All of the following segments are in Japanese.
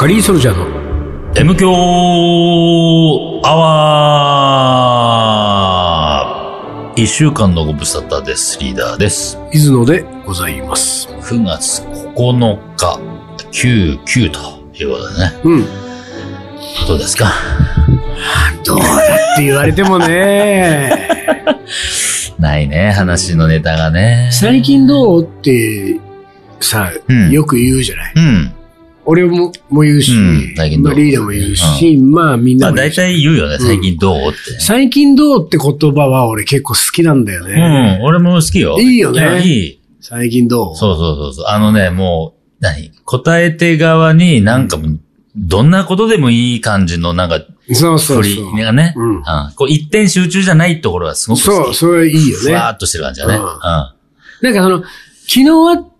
リーソルジャーの M 強アワー。一週間のご無沙汰です。リーダーです。 水野でございます。 9月9日、99ということでね。 うん。 どうですか？ どうだって言われてもね。 ないね、話のネタがね。 最近どうってさ、よく言うじゃない。俺も言うし、最近どう、リーダーも言うし、まあみんなも言うし。 大体言うよね、最近どうって。 最近どうって言葉は俺結構好きなんだよね。 俺も好きよ。 いいよね。 いい。 最近どう？ そう。もう、答え手側になんかどんなことでもいい感じのなんか、振りがね。こう一点集中じゃないところはすごく好き。 そう、それいいよね。 ふわーっとしてる感じだね。 なんか昨日会って、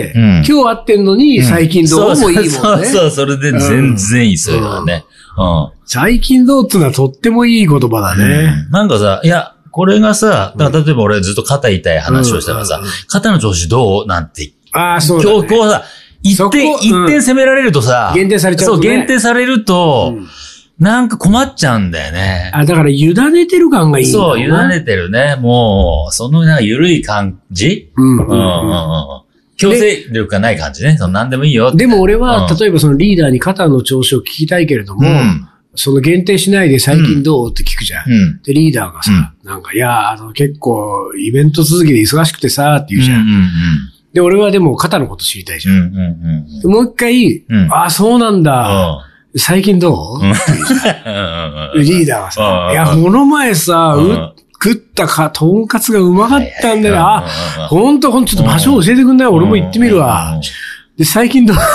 今日会ってんのに、最近どうもいいもんね。 そう、それで全然いい、そういうのはね。 最近どうってのはとってもいい言葉だね。 なんかさ、いや、これがさ、例えば俺ずっと肩痛い話をしたらさ、肩の調子どうなんて。 そうだね。 今日こうさ、一点攻められるとさ、 限定されちゃうとね。 そう、限定されると、なんか困っちゃうんだよね。 だから委ねてる感がいいんだよそう、委ねてるね。もう、そのなんか緩い感じ強制力がない感じね。何でもいいよ。 でも俺は、例えばそのリーダーに肩の調子を聞きたいけれども、その限定しないで最近どうって聞くじゃん。で、リーダーがさ、なんか、いや、結構イベント続きで忙しくてさ、って言うじゃん。で、俺はでも肩のこと知りたいじゃん。でもう一回、そうなんだ。最近どうリーダーはさ、いや、この前さ、食ったとんかつがうまかったんだよ。ほんと、ちょっと場所教えてくんない？俺も行ってみるわ。で、最近どう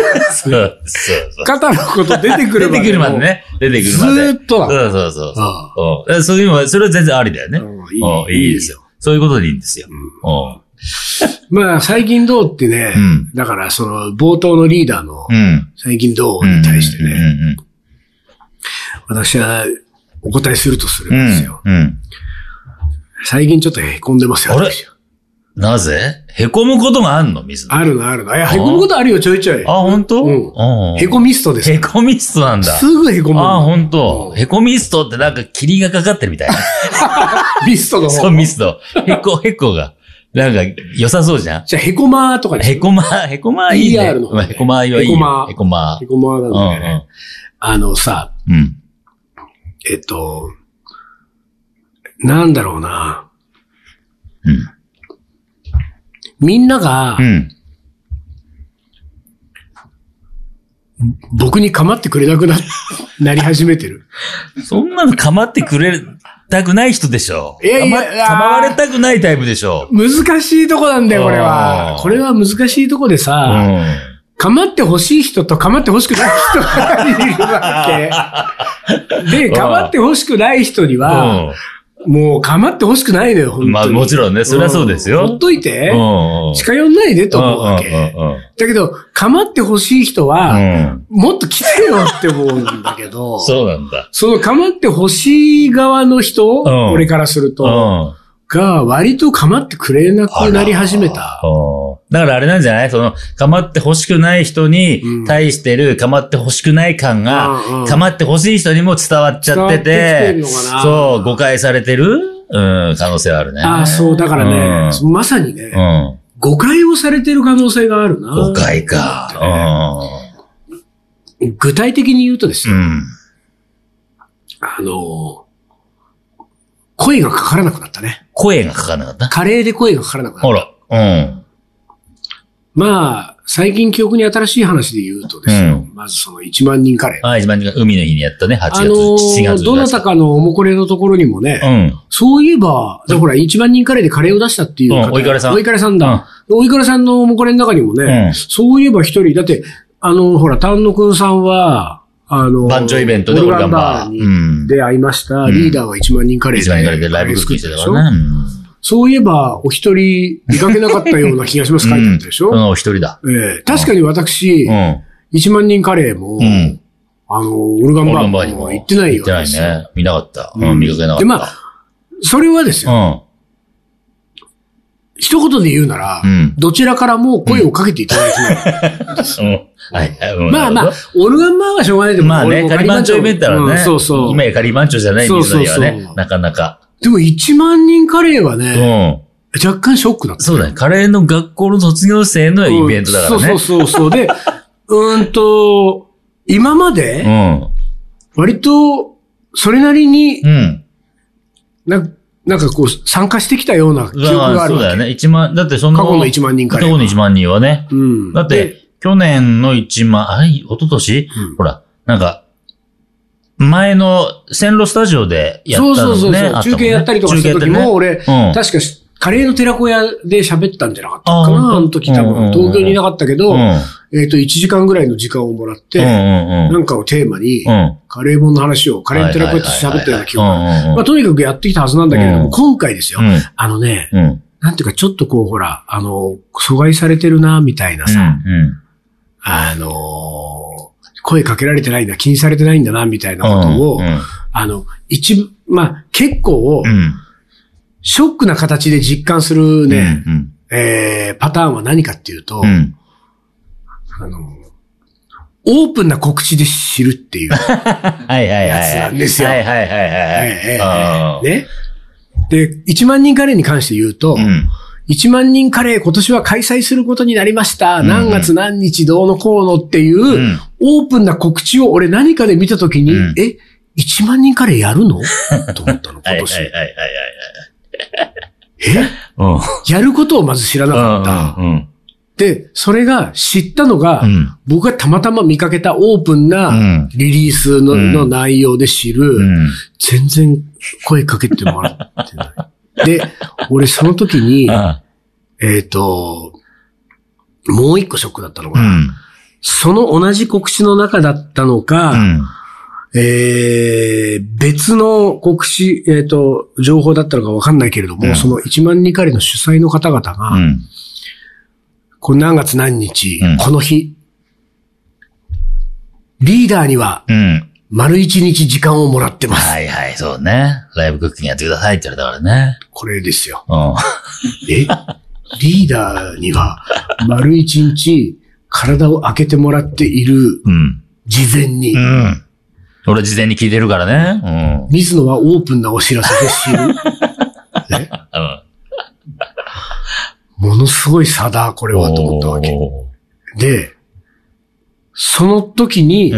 肩のこと出てくるまで。 出てくるまでね。出てくるまで。 ずーっとだ。 そういうのは、それは全然ありだよね。いいですよ。そういうことでいいんですよ。 まあ、最近どうってね、だからその冒頭のリーダーの最近どうに対してね、私はお答えするとするんですよ。最近ちょっと凹んでますよ。 あれ？なぜ？凹むことがあんの？水野。 あるの。いや、凹むことあるよ、ちょいちょい。 本当？ 凹ミストです。 凹ミストなんだ。 すぐ凹む。 本当。凹ミストってなんか霧がかかってるみたいな。 ミストの方。 そう、ミスト。凹が。なんか、良さそうじゃん。 じゃあ、ヘコマーとかに。 ヘコマーいいね。ヘコマーはいいよ。ヘコマーなんだよね。さ、なんだろうな。みんなが、僕に構ってくれなくなり始めてる。 そんなの構ってくれたくない人でしょ。構われたくないタイプでしょ。 難しいとこなんだよ、これは。これは難しいとこでさ、構ってほしい人と構ってほしくない人がいるわけ。で、構ってほしくない人には、もう構ってほしくないのよ、本当に。 まあもちろんね、それはそうですよ。 ほっといて、近寄んないでと思うわけ。だけど、構ってほしい人は、もっと来てよって思うんだけど、 そうなんだ。 その構ってほしい側の人、俺からすると、が割と構ってくれなくなり始めた。 だからあれなんじゃない？構ってほしくない人に対してる構ってほしくない感が、構ってほしい人にも伝わっちゃってて、そう、誤解されてる可能性はあるね。 そう、だからね、まさにね、誤解をされてる可能性があるな。 誤解か。 具体的に言うとですよ、声がかからなくなったね。 声がかからなかった？ カレーで声がかからなくなった。 ほら。 まあ、最近記憶に新しい話で言うとですよ。まずその1万人カレー。 1万人が海の日にやったね、8月、7月。 どなたかのおもこれのところにもね、そういえば、ほら、1万人カレーでカレーを出したっていう方。 おいかれさん。 おいかれさんだ。おいかれさんのおもこれの中にもね、そういえば一人、だって、ほら、丹野くんさんは、 番長イベントでオルガンバーで会いました。リーダーは1万人カレーで。 1万人カレーでライブ作ってたからね。 そういえば、お一人見かけなかったような気がします。書いてあったでしょ？ お一人だ。 確かに私、1万人カレーも、オルガンバーにも行ってないよ。 行ってないね。見なかった。見かけなかった。 で、まあ、それはですよ。 一言で言うなら、どちらからも声をかけていただいてないです。まあまあ、オルガンマンはしょうがないでも、 まあね、仮番長イベントはね、 そうそう。 今や仮番長じゃない水野にはね、なかなか。 でも1万人カレーはね、若干ショックだった。 そうだね。カレーの学校の卒業生のイベントだからね。 そう。で、今まで、割と、それなりに、なんかこう、参加してきたような記憶があるわけ。 そうだよね。だってその、 過去の1万人から。 過去の1万人はね。だって、去年の1万、一昨年、ほら、なんか、前の線路スタジオでやったのね。 そう。中継やったりとかした時も、俺、確かカレーの寺子屋で喋ったんじゃなかったかな、あの時多分。東京にいなかったけど、1時間ぐらいの時間をもらって、なんかをテーマに、カレー本の話を、カレーの寺子屋と喋ったような記憶。まあ、とにかくやってきたはずなんだけれども、今回ですよ。なんていうか、ちょっとこう、ほら、阻害されてるな、みたいなさ、声かけられてないんだ、気にされてないんだな、みたいなことを、まあ、結構、ショックな形で実感するね、パターンは何かっていうと、オープンな告知で知るっていうやつなんですよ。ね。で、1万人カレーに関して言うと、1万人カレー今年は開催することになりました。何月何日どうのこうのっていう、オープンな告知を俺何かで見たときに、1万人カレーやるのと思ったの、今年。やることをまず知らなかった。で、それが知ったのが、僕がたまたま見かけたオープンなリリースの内容で知る、全然声かけてもらってない。で、俺その時に、もう一個ショックだったのが、その同じ告知の中だったのか、別の告知、情報だったのかわかんないけれども、その1万人カレーの主催の方々が、この何月何日、この日、リーダーには、丸1日時間をもらってます。 はいはい、そうね。ライブクッキングやってくださいって言われたからね。 これですよ。リーダーには、丸1日、体を開けてもらっている、事前に。 俺事前に聞いてるからね。 水野はオープンなお知らせで知る。ね。ものすごい差だ、これは、と思ったわけ。で、その時に、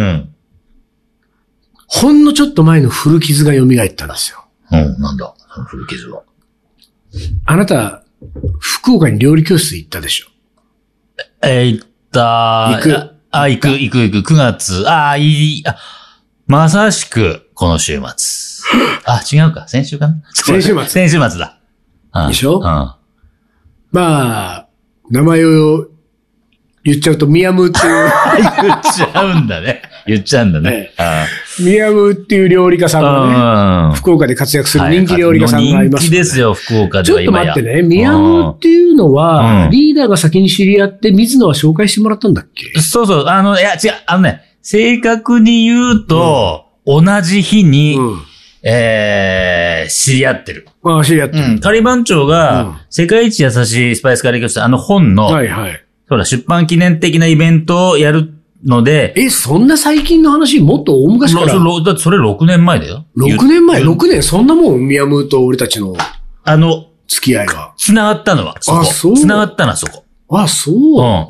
ほんのちょっと前の古傷が蘇ったんですよ。 なんだ、その古傷は。 あなた、福岡に料理教室行ったでしょ。 行った。行く。9月。まさしく、この週末。違うか。先週かな。 先週末。 先週末だ。 でしょ？まあ、名前を言っちゃうと、ミヤムっていう。 言っちゃうんだね。 ミヤムっていう料理家さんがね、福岡で活躍する人気料理家さんがいます、 人気ですよ、福岡では今や。 ちょっと待ってね、ミヤムっていうのは、リーダーが先に知り合って、水野は紹介してもらったんだっけ？ そう。いや、違う。正確に言うと、同じ日に、知り合ってる。 知り合ってる。 カリバン長が、世界一優しいスパイスカレー教室、本の、ほら、出版記念的なイベントをやるので。 そんな最近の話もっと大昔から。 だってそれ6年前だよ。 6年前 ?6 年そんなもん、ミヤムと俺たちの、付き合いが。 繋がったのは、そこ。繋がったのはそこ。 そう。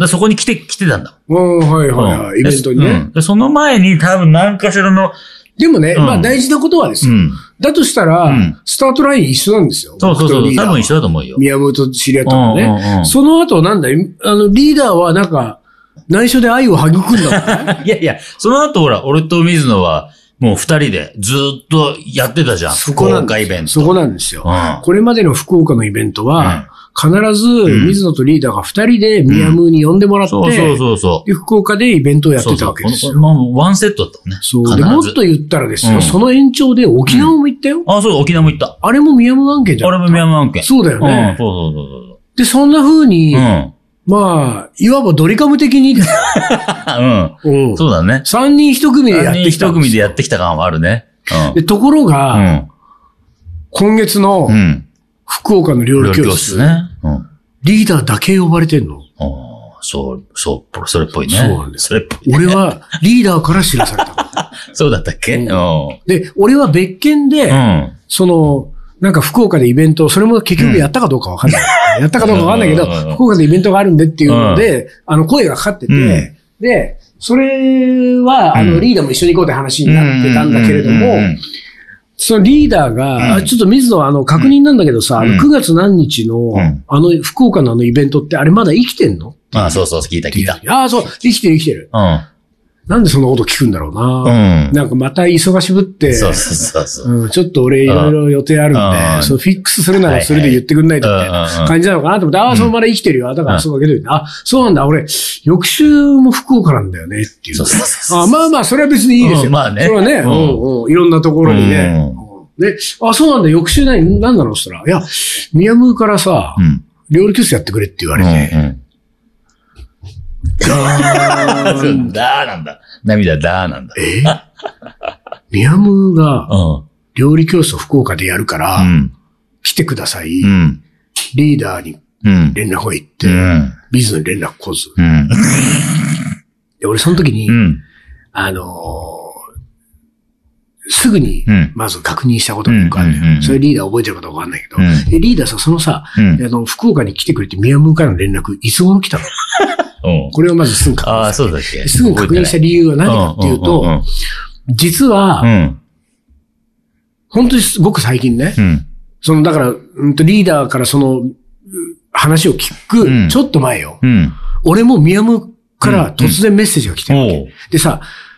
そこに来てたんだ。 イベントにね。 その前に多分何かしらの、 でもね、大事なことはですよ。だとしたら、スタートライン一緒なんですよ。 そう。多分一緒だと思うよ。 ミヤムと知り合ったのね。その後なんだリーダーはなんか、内緒で愛を育んだのね。 いや、その後ほら、俺と水野は、もう2人でずっとやってたじゃん。福岡イベント。 そこなんですよ。これまでの福岡のイベントは、必ず、水野とリーダーが2人でミヤムに呼んでもらって、で、福岡でイベントをやってたわけですよ。 ワンセットだったね。 そう。で、もっと言ったらですよ、その延長で沖縄も行ったよ。 そう、沖縄も行った。 あれもミヤム案件じゃん。 あれもミヤム案件。 そうだよね。 そう。 で、そんな風に、まあ、いわばドリカム的にですよ。そうだね。 3人1組でやってきた。 3人1組でやってきた感はあるね。 で、ところが、今月の、福岡の料理教室。 ね。 リーダーだけ呼ばれてんの。 それっぽいね。 そうなんです。 それっぽい、ね。 俺はリーダーから知らされたの。 そうだったっけ、 で、俺は別件で、なんか福岡でイベント、それも結局やったかどうかわかんない。やったかどうかわかんないけど、福岡でイベントがあるんでっていうので、声がかかってて、で、それは、リーダーも一緒に行こうって話になってたんだけれども、そのリーダーが、ちょっと水野確認なんだけどさ、9月何日の、福岡のイベントってあれまだ生きてんの？ そう、聞いた。 そう、生きてる。なんでそんなこと聞くんだろうな。なんかまた忙しぶって、 そう。 ちょっと俺いろいろ予定あるんで、そのフィックスするならそれで言ってくんないとって感じなのかなと思って、そうまだ生きてるよ。だからそうだけど、そうなんだ、俺、翌週も福岡なんだよねっていう。まあ、それは別にいいですよ。 まあね。 それはね、いろんなところにね。で、そうなんだ、翌週なんなのしたら、いや、宮村からさ、料理教室やってくれって言われて、 なんだ。涙なんだ。 宮村が、料理教室を福岡でやるから、来てください。リーダーに連絡が行って、ビズに連絡来ず。で、俺その時に、すぐに、まず確認したことがよくある。それリーダー覚えてるかどうかわかんないけど、リーダーさ、そのさ、福岡に来てくれって宮村からの連絡、いつ頃来たの？これをまずすぐ確認した。 そうだっけ？ すぐ確認した理由は何かっていうと、実は、本当にすごく最近ね、だから、リーダーからその話を聞く、ちょっと前よ。俺も宮村から突然メッセージが来てるわけ。でさ、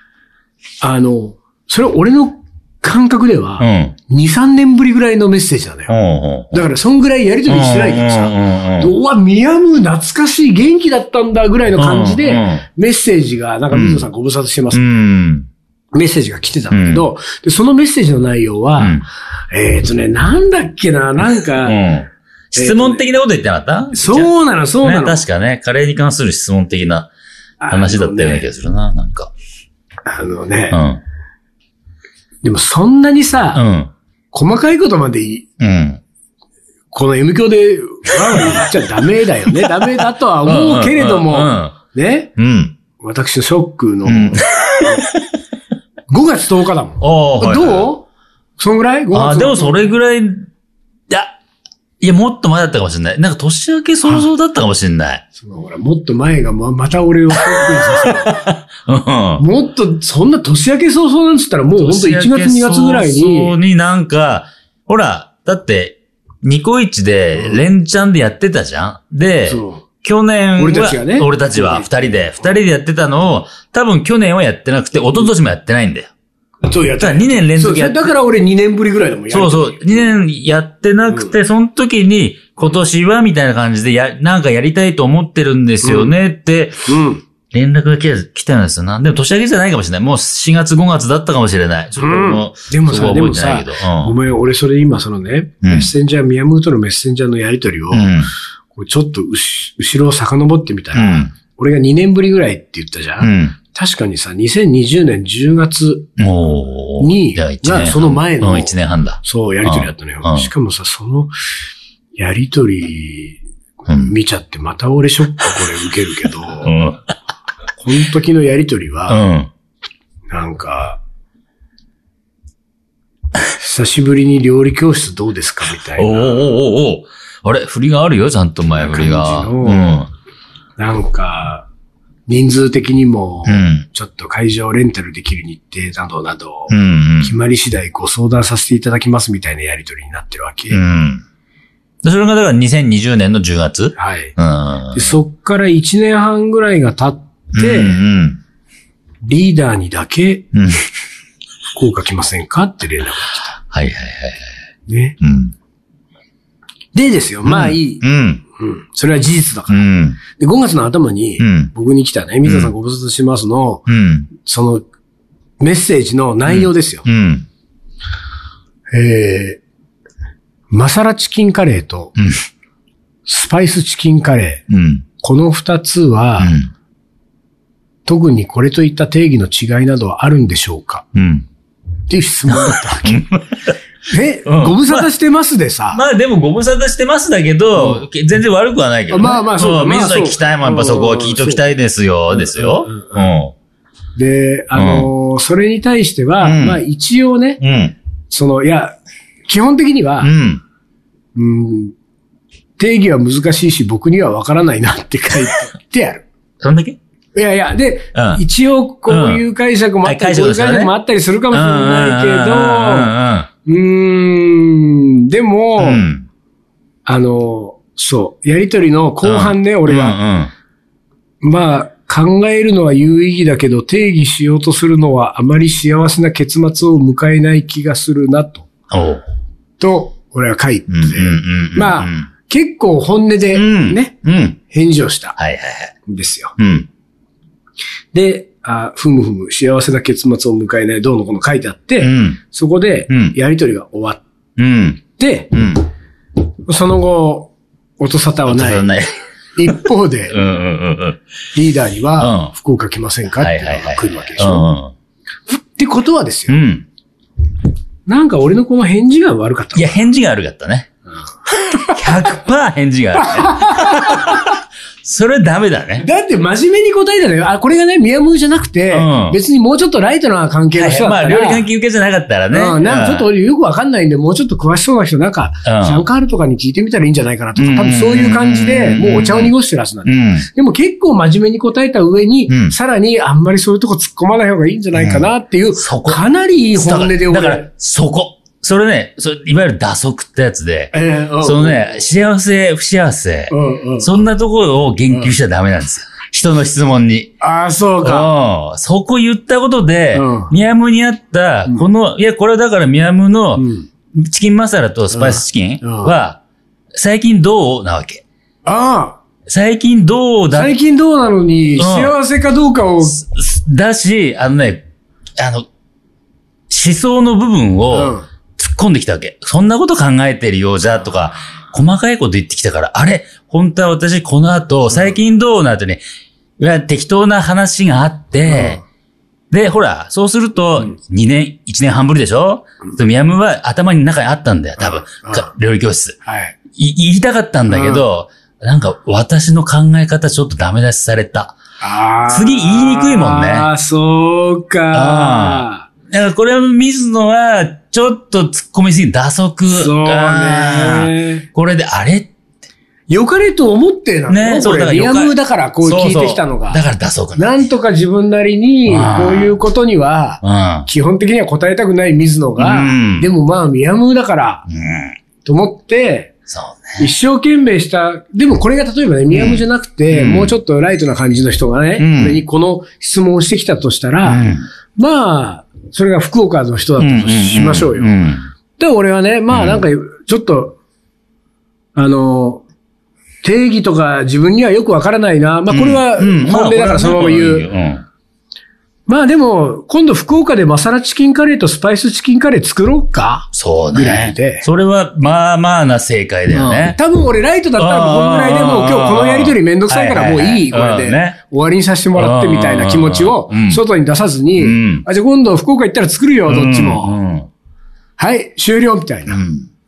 それ俺の感覚では、2、3年ぶりぐらいのメッセージなのよ。だから、そんぐらいやりとりしてないからさ、うわ、宮村懐かしい、元気だったんだぐらいの感じで、メッセージが、なんか水野さんご無沙汰してます。メッセージが来てたんだけど、で、そのメッセージの内容は、なんだっけな、なんか、 質問的なこと言ってなかった？ そうなの。 確かね、カレーに関する質問的な話だったような気がするな、なんか。でもそんなにさ、細かいことまでこの M 教で、言っちゃダメだよね。ダメだとは思うけれども、ね。私のショックの、5月10日だもん。どう？そのぐらい？ 5 月。 でもそれぐらい、いや、もっと前だったかもしれない。なんか年明け早々だったかもしれない。 もっと前がまた俺をショックにさせる。もっと、そんな年明け早々なんつったらもうほんと1月2月ぐらいに。 早々になんか、ほら、だって、ニコイチで連チャンでやってたじゃん。で、去年は、俺たちは二人でやってたのを、多分去年はやってなくて、一昨年もやってないんだよ。 そうやった。 2年連続やって。 だから俺2年ぶりぐらいだもん。 そう。2年やってなくて、その時に、今年はみたいな感じでなんかやりたいと思ってるんですよねって、連絡が来たんですよな。でも年明けじゃないかもしれない。もう4月5月だったかもしれない。ちょっとでもさ、ごめん、俺それ今そのね、メッセンジャー、宮村とのメッセンジャーのやりとりを、ちょっと後ろを遡ってみたら、俺が2年ぶりぐらいって言ったじゃん。確かにさ、2020年10月に、その前の、 1年半だ。 そう、やりとりだったのよ。しかもさ、その、やりとり、見ちゃって、また俺ショックこれ受けるけど、この時のやりとりは、なんか、久しぶりに料理教室どうですかみたいな。 あれ振りがあるよ、ちゃんと前振りが。 なんか、人数的にも、ちょっと会場レンタルできる日程など、決まり次第ご相談させていただきますみたいなやりとりになってるわけ。 それがだから2020年の10月？ はい。でそっから1年半ぐらいが経って、リーダーにだけ、福岡来ませんかって連絡が来た。 はい。 ね。でですよ、まあいい。それは事実だから。で、5月の頭に、僕に来たね、水田さんご無沙汰しますの、その、メッセージの内容ですよ。マサラチキンカレーと、スパイスチキンカレー。この2つは、特にこれといった定義の違いなどはあるんでしょうかっていう質問だったわけ。 ご無沙汰してますでさ。 まあでもご無沙汰してますだけど、全然悪くはないけどね。 まあそう。 水野聞きたいもん、やっぱそこは聞いときたいですよ、ですよ。 で、それに対しては、まあ一応ね、基本的には、定義は難しいし、僕には分からないなって書いてある。 そんだけ？ いや、で、一応こういう解釈もあったり、こういう解釈もあったりするかもしれないけど、でも、やりとりの後半ね、俺が、まあ、考えるのは有意義だけど、定義しようとするのはあまり幸せな結末を迎えない気がするなと。俺は書いて、まあ、結構本音でね、返事をしたんですよ。で、ふむふむ幸せな結末を迎えないどうのこの書いてあって、そこでやりとりが終わって、その後、音沙汰はない。一方で、リーダーには、福岡来ませんかっていうのが来るわけでしょ。ってことはですよ。なんか俺のこの返事が悪かった。 いや、返事が悪かったね。100% 返事が悪いね。それダメだね。 だって真面目に答えたのよ。これがね、ミヤムーじゃなくて、別にもうちょっとライトな関係の人だったら。 まあ、料理関係受けじゃなかったらね。 なんかちょっとよくわかんないんで、もうちょっと詳しそうな人、なんか、シャンカールとかに聞いてみたらいいんじゃないかなとか、多分そういう感じで、もうお茶を濁してるはずなんで。でも結構真面目に答えた上に、さらにあんまりそういうとこ突っ込まない方がいいんじゃないかなっていう、かなりいい本音でだから、そこ。それね、いわゆる打足ってやつで、そのね、幸せ、不幸せ、そんなところを言及しちゃダメなんですよ。人の質問に。 そうか。 そこ言ったことで、ミヤムにあった、この、いや、これはだからミヤムのチキンマサラとスパイスチキンは、最近どうなわけ。最近どう最近どうなのに、幸せかどうかを。 だし、思想の部分を、突っ込んできたわけ。そんなこと考えてるようじゃ、とか、細かいこと言ってきたから、あれ本当は私この後、最近どうな後に、適当な話があって、で、ほら、そうすると、1年半ぶりでしょミヤムは頭に中にあったんだよ、多分。料理教室。言いたかったんだけど、なんか私の考え方ちょっとダメ出しされた。次言いにくいもんね。 そうか。 だからこれは水野は、ちょっと突っ込みすぎ、打足。 そうね。 これで、あれ良かれと思ってなのね。そうだから。ミヤムだからこう聞いてきたのが。 だから打足なんとか自分なりに、こういうことには、基本的には答えたくない水野が、でもまあミヤムだから、と思って、一生懸命した、でもこれが例えばね、ミヤムじゃなくて、もうちょっとライトな感じの人がね、俺にこの質問をしてきたとしたら、まあ、それが福岡の人だったとしましょうよ。で、俺はね、まあなんか、ちょっと、定義とか自分にはよくわからないな。まあこれは本音だからそのまま言う。まあでも、今度福岡でマサラチキンカレーとスパイスチキンカレー作ろうか。 そうね。 ぐらいで。 それは、まあまあな正解だよね。 多分俺ライトだったらこのぐらいでもう今日このやりとりめんどくさいからもういい。これで。終わりにさせてもらってみたいな気持ちを外に出さずに、じゃあ今度福岡行ったら作るよ、どっちも。はい、終了みたいな。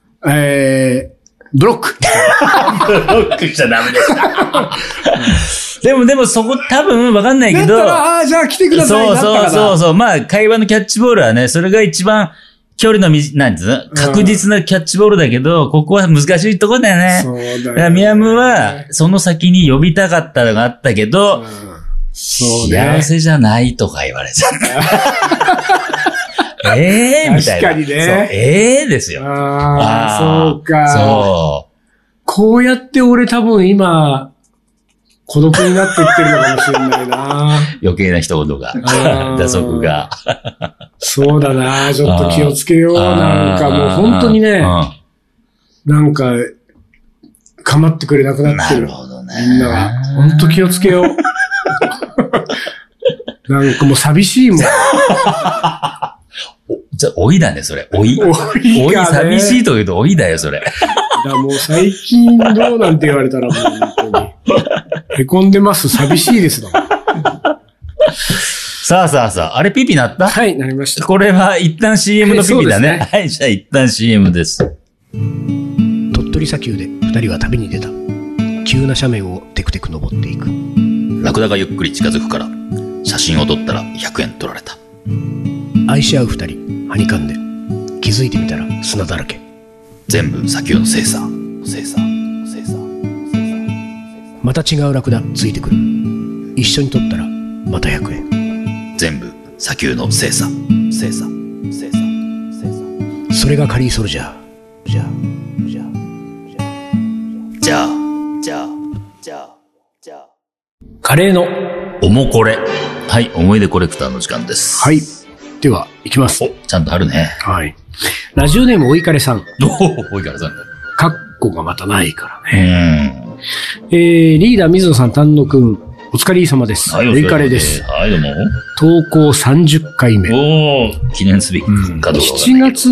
ブロック。 ブロックしちゃダメでした。でもそこ多分わかんないけど。 だったら、じゃあ来てください。 そう。まあ、会話のキャッチボールはね、それが一番距離のなんつうの確実なキャッチボールだけど、ここは難しいとこだよね。そうだよね。だからミヤムは、その先に呼びたかったのがあったけど、幸せじゃないとか言われちゃった。みたいな。 確かにね。 ですよ。 そうか。 そう。 こうやって俺多分今、孤独になっていってるのかもしれないな。 余計な一言が。打足が。 そうだな。ちょっと気をつけよう。なんかもう本当にね、なんか、構ってくれなくなってる。 なるほどね。 みんなが。本当気をつけよう。なんかもう寂しいもん。 老いだね、それ。老い。老い寂しいと言うと老いだよ、それ。 もう最近どうなんて言われたらもう本当に。へこんでます、寂しいですだもん。 さあ、あれピピなった？ はい、なりました。 これは一旦 CM のピピだね。はい、じゃあ一旦 CM です。 鳥取砂丘で二人は旅に出た。急な斜面をテクテク登っていく。 ラクダがゆっくり近づくから、写真を撮ったら100円取られた。 愛し合う二人、はにかんで。気づいてみたら砂だらけ。 全部砂丘の精査。 また違うラクダついてくる。一緒に撮ったらまた100円。 全部砂丘の精査。 それがカリーソルジャー。じゃあカレーのおもこれ。はい、思い出コレクターの時間です。 はい、では行きます。 お、ちゃんとあるね。 はい。ラジオネームおいかれさん。 おいかれさん。 カッコがまたないからね。リーダー水野さん、丹野くん、お疲れ様です。 はい、 おいかれです。 はい、どうも。 投稿30回目。 おー、記念すべきかどうか。 7月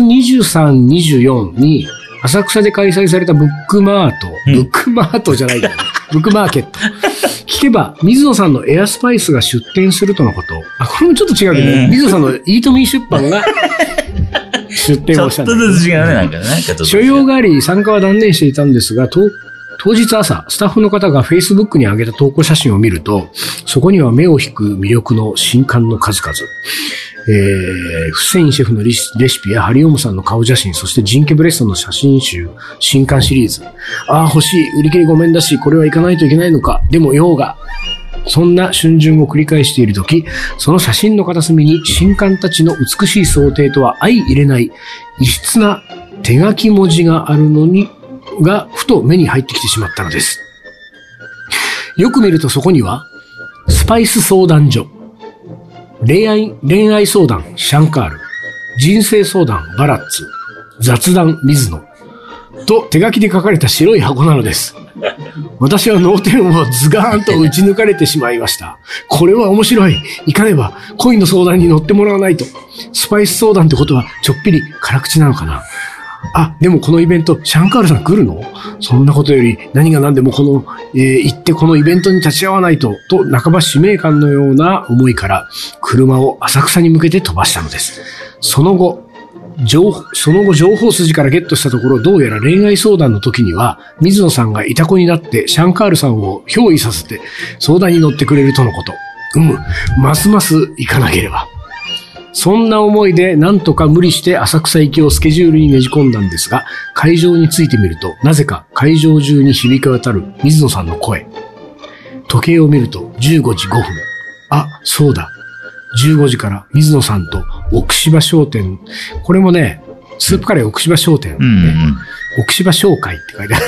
23、24に、浅草で開催されたブックマートじゃないけどね。ブックマーケット。聞けば、水野さんのエアスパイスが出展するとのこと。あ、これもちょっと違うけどね。水野さんのイートミー出版が出展をしたんだ。 ちょっとずつ違うね、なんかね。 所用があり、参加は断念していたんですが、当日朝、スタッフの方が Facebook に上げた投稿写真を見ると、そこには目を引く魅力の新刊の数々。フセインシェフのレシピやハリオムさんの顔写真、そしてジンケブレストの写真集、新刊シリーズ。ああ、欲しい。売り切れごめんだし、これは行かないといけないのか。でも用が。そんな瞬順を繰り返しているとき、その写真の片隅に新刊たちの美しい想定とは相入れない異質な手書き文字があるのに、がふと目に入ってきてしまったのです。よく見るとそこには、スパイス相談所、恋愛相談、シャンカール、人生相談、バラッツ、雑談、水野、と手書きで書かれた白い箱なのです。私は脳天をズガーンと打ち抜かれてしまいました。これは面白い。行かねば恋の相談に乗ってもらわないと。スパイス相談ってことはちょっぴり辛口なのかな。あ、でもこのイベント、シャンカールさん来るの？そんなことより何が何でも行ってこのイベントに立ち会わないと、半ば使命感のような思いから車を浅草に向けて飛ばしたのです。その後情報筋からゲットしたところ、どうやら恋愛相談の時には、水野さんがいた子になってシャンカールさんを憑依させて相談に乗ってくれるとのこと。ますます行かなければ。そんな思いでなんとか無理して浅草行きをスケジュールにねじ込んだんですが、会場に着いてみると、なぜか会場中に響き渡る水野さんの声。時計を見ると15時5分。あ、そうだ。15時から水野さんと奥芝商店。これもね、スープカレー奥芝商店、奥芝商会って書いてある。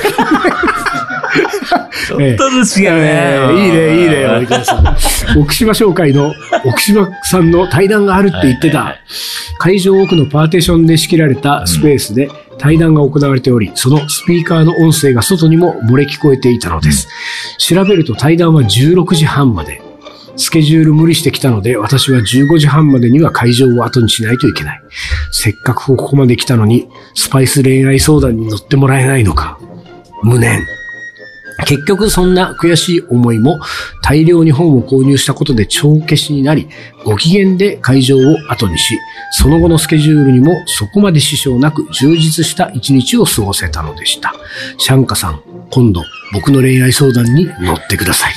ちょっとずつ違うね。 いいね、おいかれさん。奥芝商会の奥芝さんの対談があるって言ってた。会場奥のパーテーションで仕切られたスペースで対談が行われており、そのスピーカーの音声が外にも漏れ聞こえていたのです。調べると対談は16時半まで。スケジュール無理してきたので、私は15時半までには会場を後にしないといけない。せっかくここまで来たのに、スパイス恋愛相談に乗ってもらえないのか。無念。結局そんな悔しい思いも大量に本を購入したことで帳消しになり、ご機嫌で会場を後にし、その後のスケジュールにもそこまで支障なく充実した一日を過ごせたのでした。シャンカさん、今度僕の恋愛相談に乗ってください。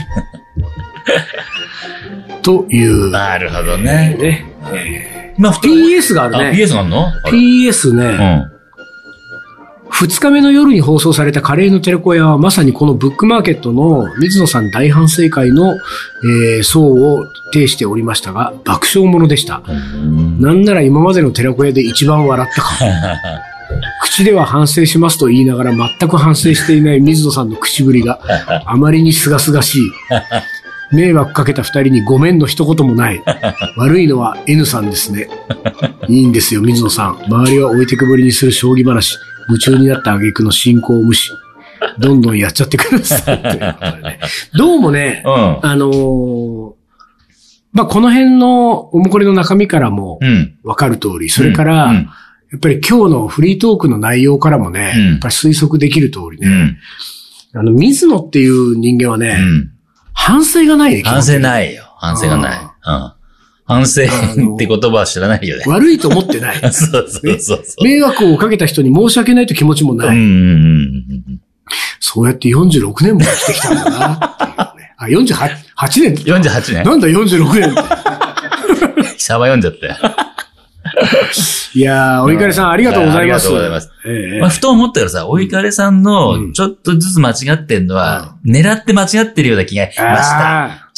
という。 なるほどね。 まあ、PS があるね。 PS があるの？ PS ね。2日目の夜に放送されたカレーの寺子屋はまさにこのブックマーケットの水野さん大反省会の、層を呈しておりましたが、爆笑ものでした。なんなら今までの寺子屋で一番笑ったかも。口では反省しますと言いながら全く反省していない水野さんの口ぶりがあまりにすがすがしい。迷惑かけた二人にごめんの一言もない。悪いのは N さんですね。いいんですよ、水野さん。周りは置いてくぼりにする将棋話。夢中になった挙句の進行を無視。どんどんやっちゃってください。どうもね、まあ、この辺のおもこれの中身からもわかる通り、それから、やっぱり今日のフリートークの内容からもね、やっぱり推測できる通りね、水野っていう人間はね、反省がないね。 反省ないよ。反省がない。 反省って言葉は知らないよね。 悪いと思ってない。 そうそうそう。 迷惑をかけた人に申し訳ないという気持ちもない。そうやって46年も生きてきたんだなっていうね。あ、48年 ?48 年。 なんだ46年って。 シャワー読んじゃったよ。 いやー、お怒りさんありがとうございます。 ありがとうございます。まあ、ふと思ったらさ、お怒りさんのちょっとずつ間違ってんのは、狙って間違ってるような気がしました。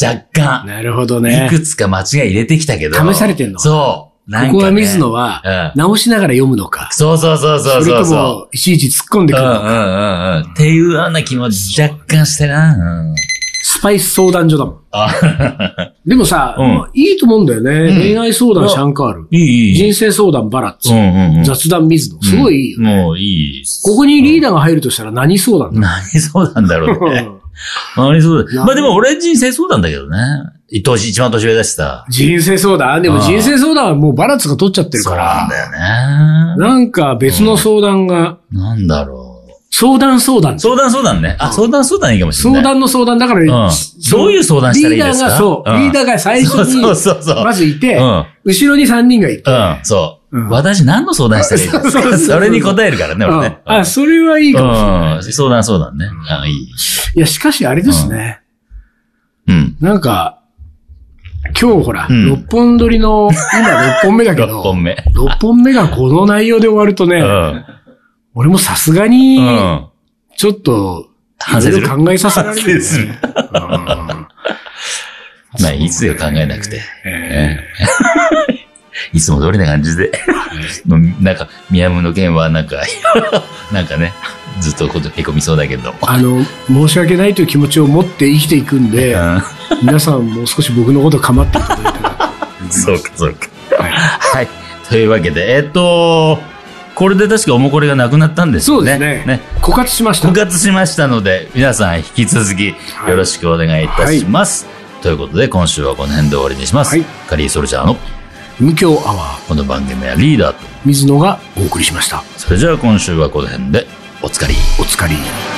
若干。 なるほどね。 いくつか間違い入れてきたけど。 試されてんの。 そう。 なんかね、ここは水野は、直しながら読むのか。 そうそうそうそう。 それとも、いちいち突っ込んでくるのか。 っていうような気も若干してな。 スパイス相談所だもん。でもさ、いいと思うんだよね。恋愛相談シャンカール。人生相談バラッツ。雑談水野。すごいいいよね。 もういい。 ここにリーダーが入るとしたら何相談だろう。 何相談だろうね。何相談。まあでも俺人生相談だけどね。一番年上だしさ。 人生相談でも人生相談はもうバラッツが取っちゃってるから。 そうなんだよね。 なんか別の相談が。 なんだろう。 相談ね。 相談ね。あ、相談いいかもしれない。 相談の相談だから、 どういう相談したらいいですか？ リーダーが最初に、まずいて、後ろに3人がいて。 そう。私何の相談したらいいですか？それに答えるからね、俺ね。 あ、それはいいかもしれない。 相談ね。いい。 いや、しかしあれですね。なんか、今日ほら、6本撮りの、今6本目だけど、6本目がこの内容で終わるとね、俺もさすがに、ちょっと、いろいろ考えさせられる、ね。 まあ、いいっすよ、考えなくて。いつも通りな感じで。なんか、宮村の件はなんかね、ずっとへこみそうだけど。 申し訳ないという気持ちを持って生きていくんで、皆さんもう少し僕のこと構っていただいたら。 そうか。はい。というわけで、これで確かおもこれがなくなったんですよね。 そうですね。枯渇しましたので、皆さん引き続きよろしくお願いいたします。ということで、今週はこの辺で終わりにします。カリーソルジャーの無教アワー。 この番組はリーダーと水野がお送りしました。 それじゃあ今週はこの辺でおつかり。 おつかり。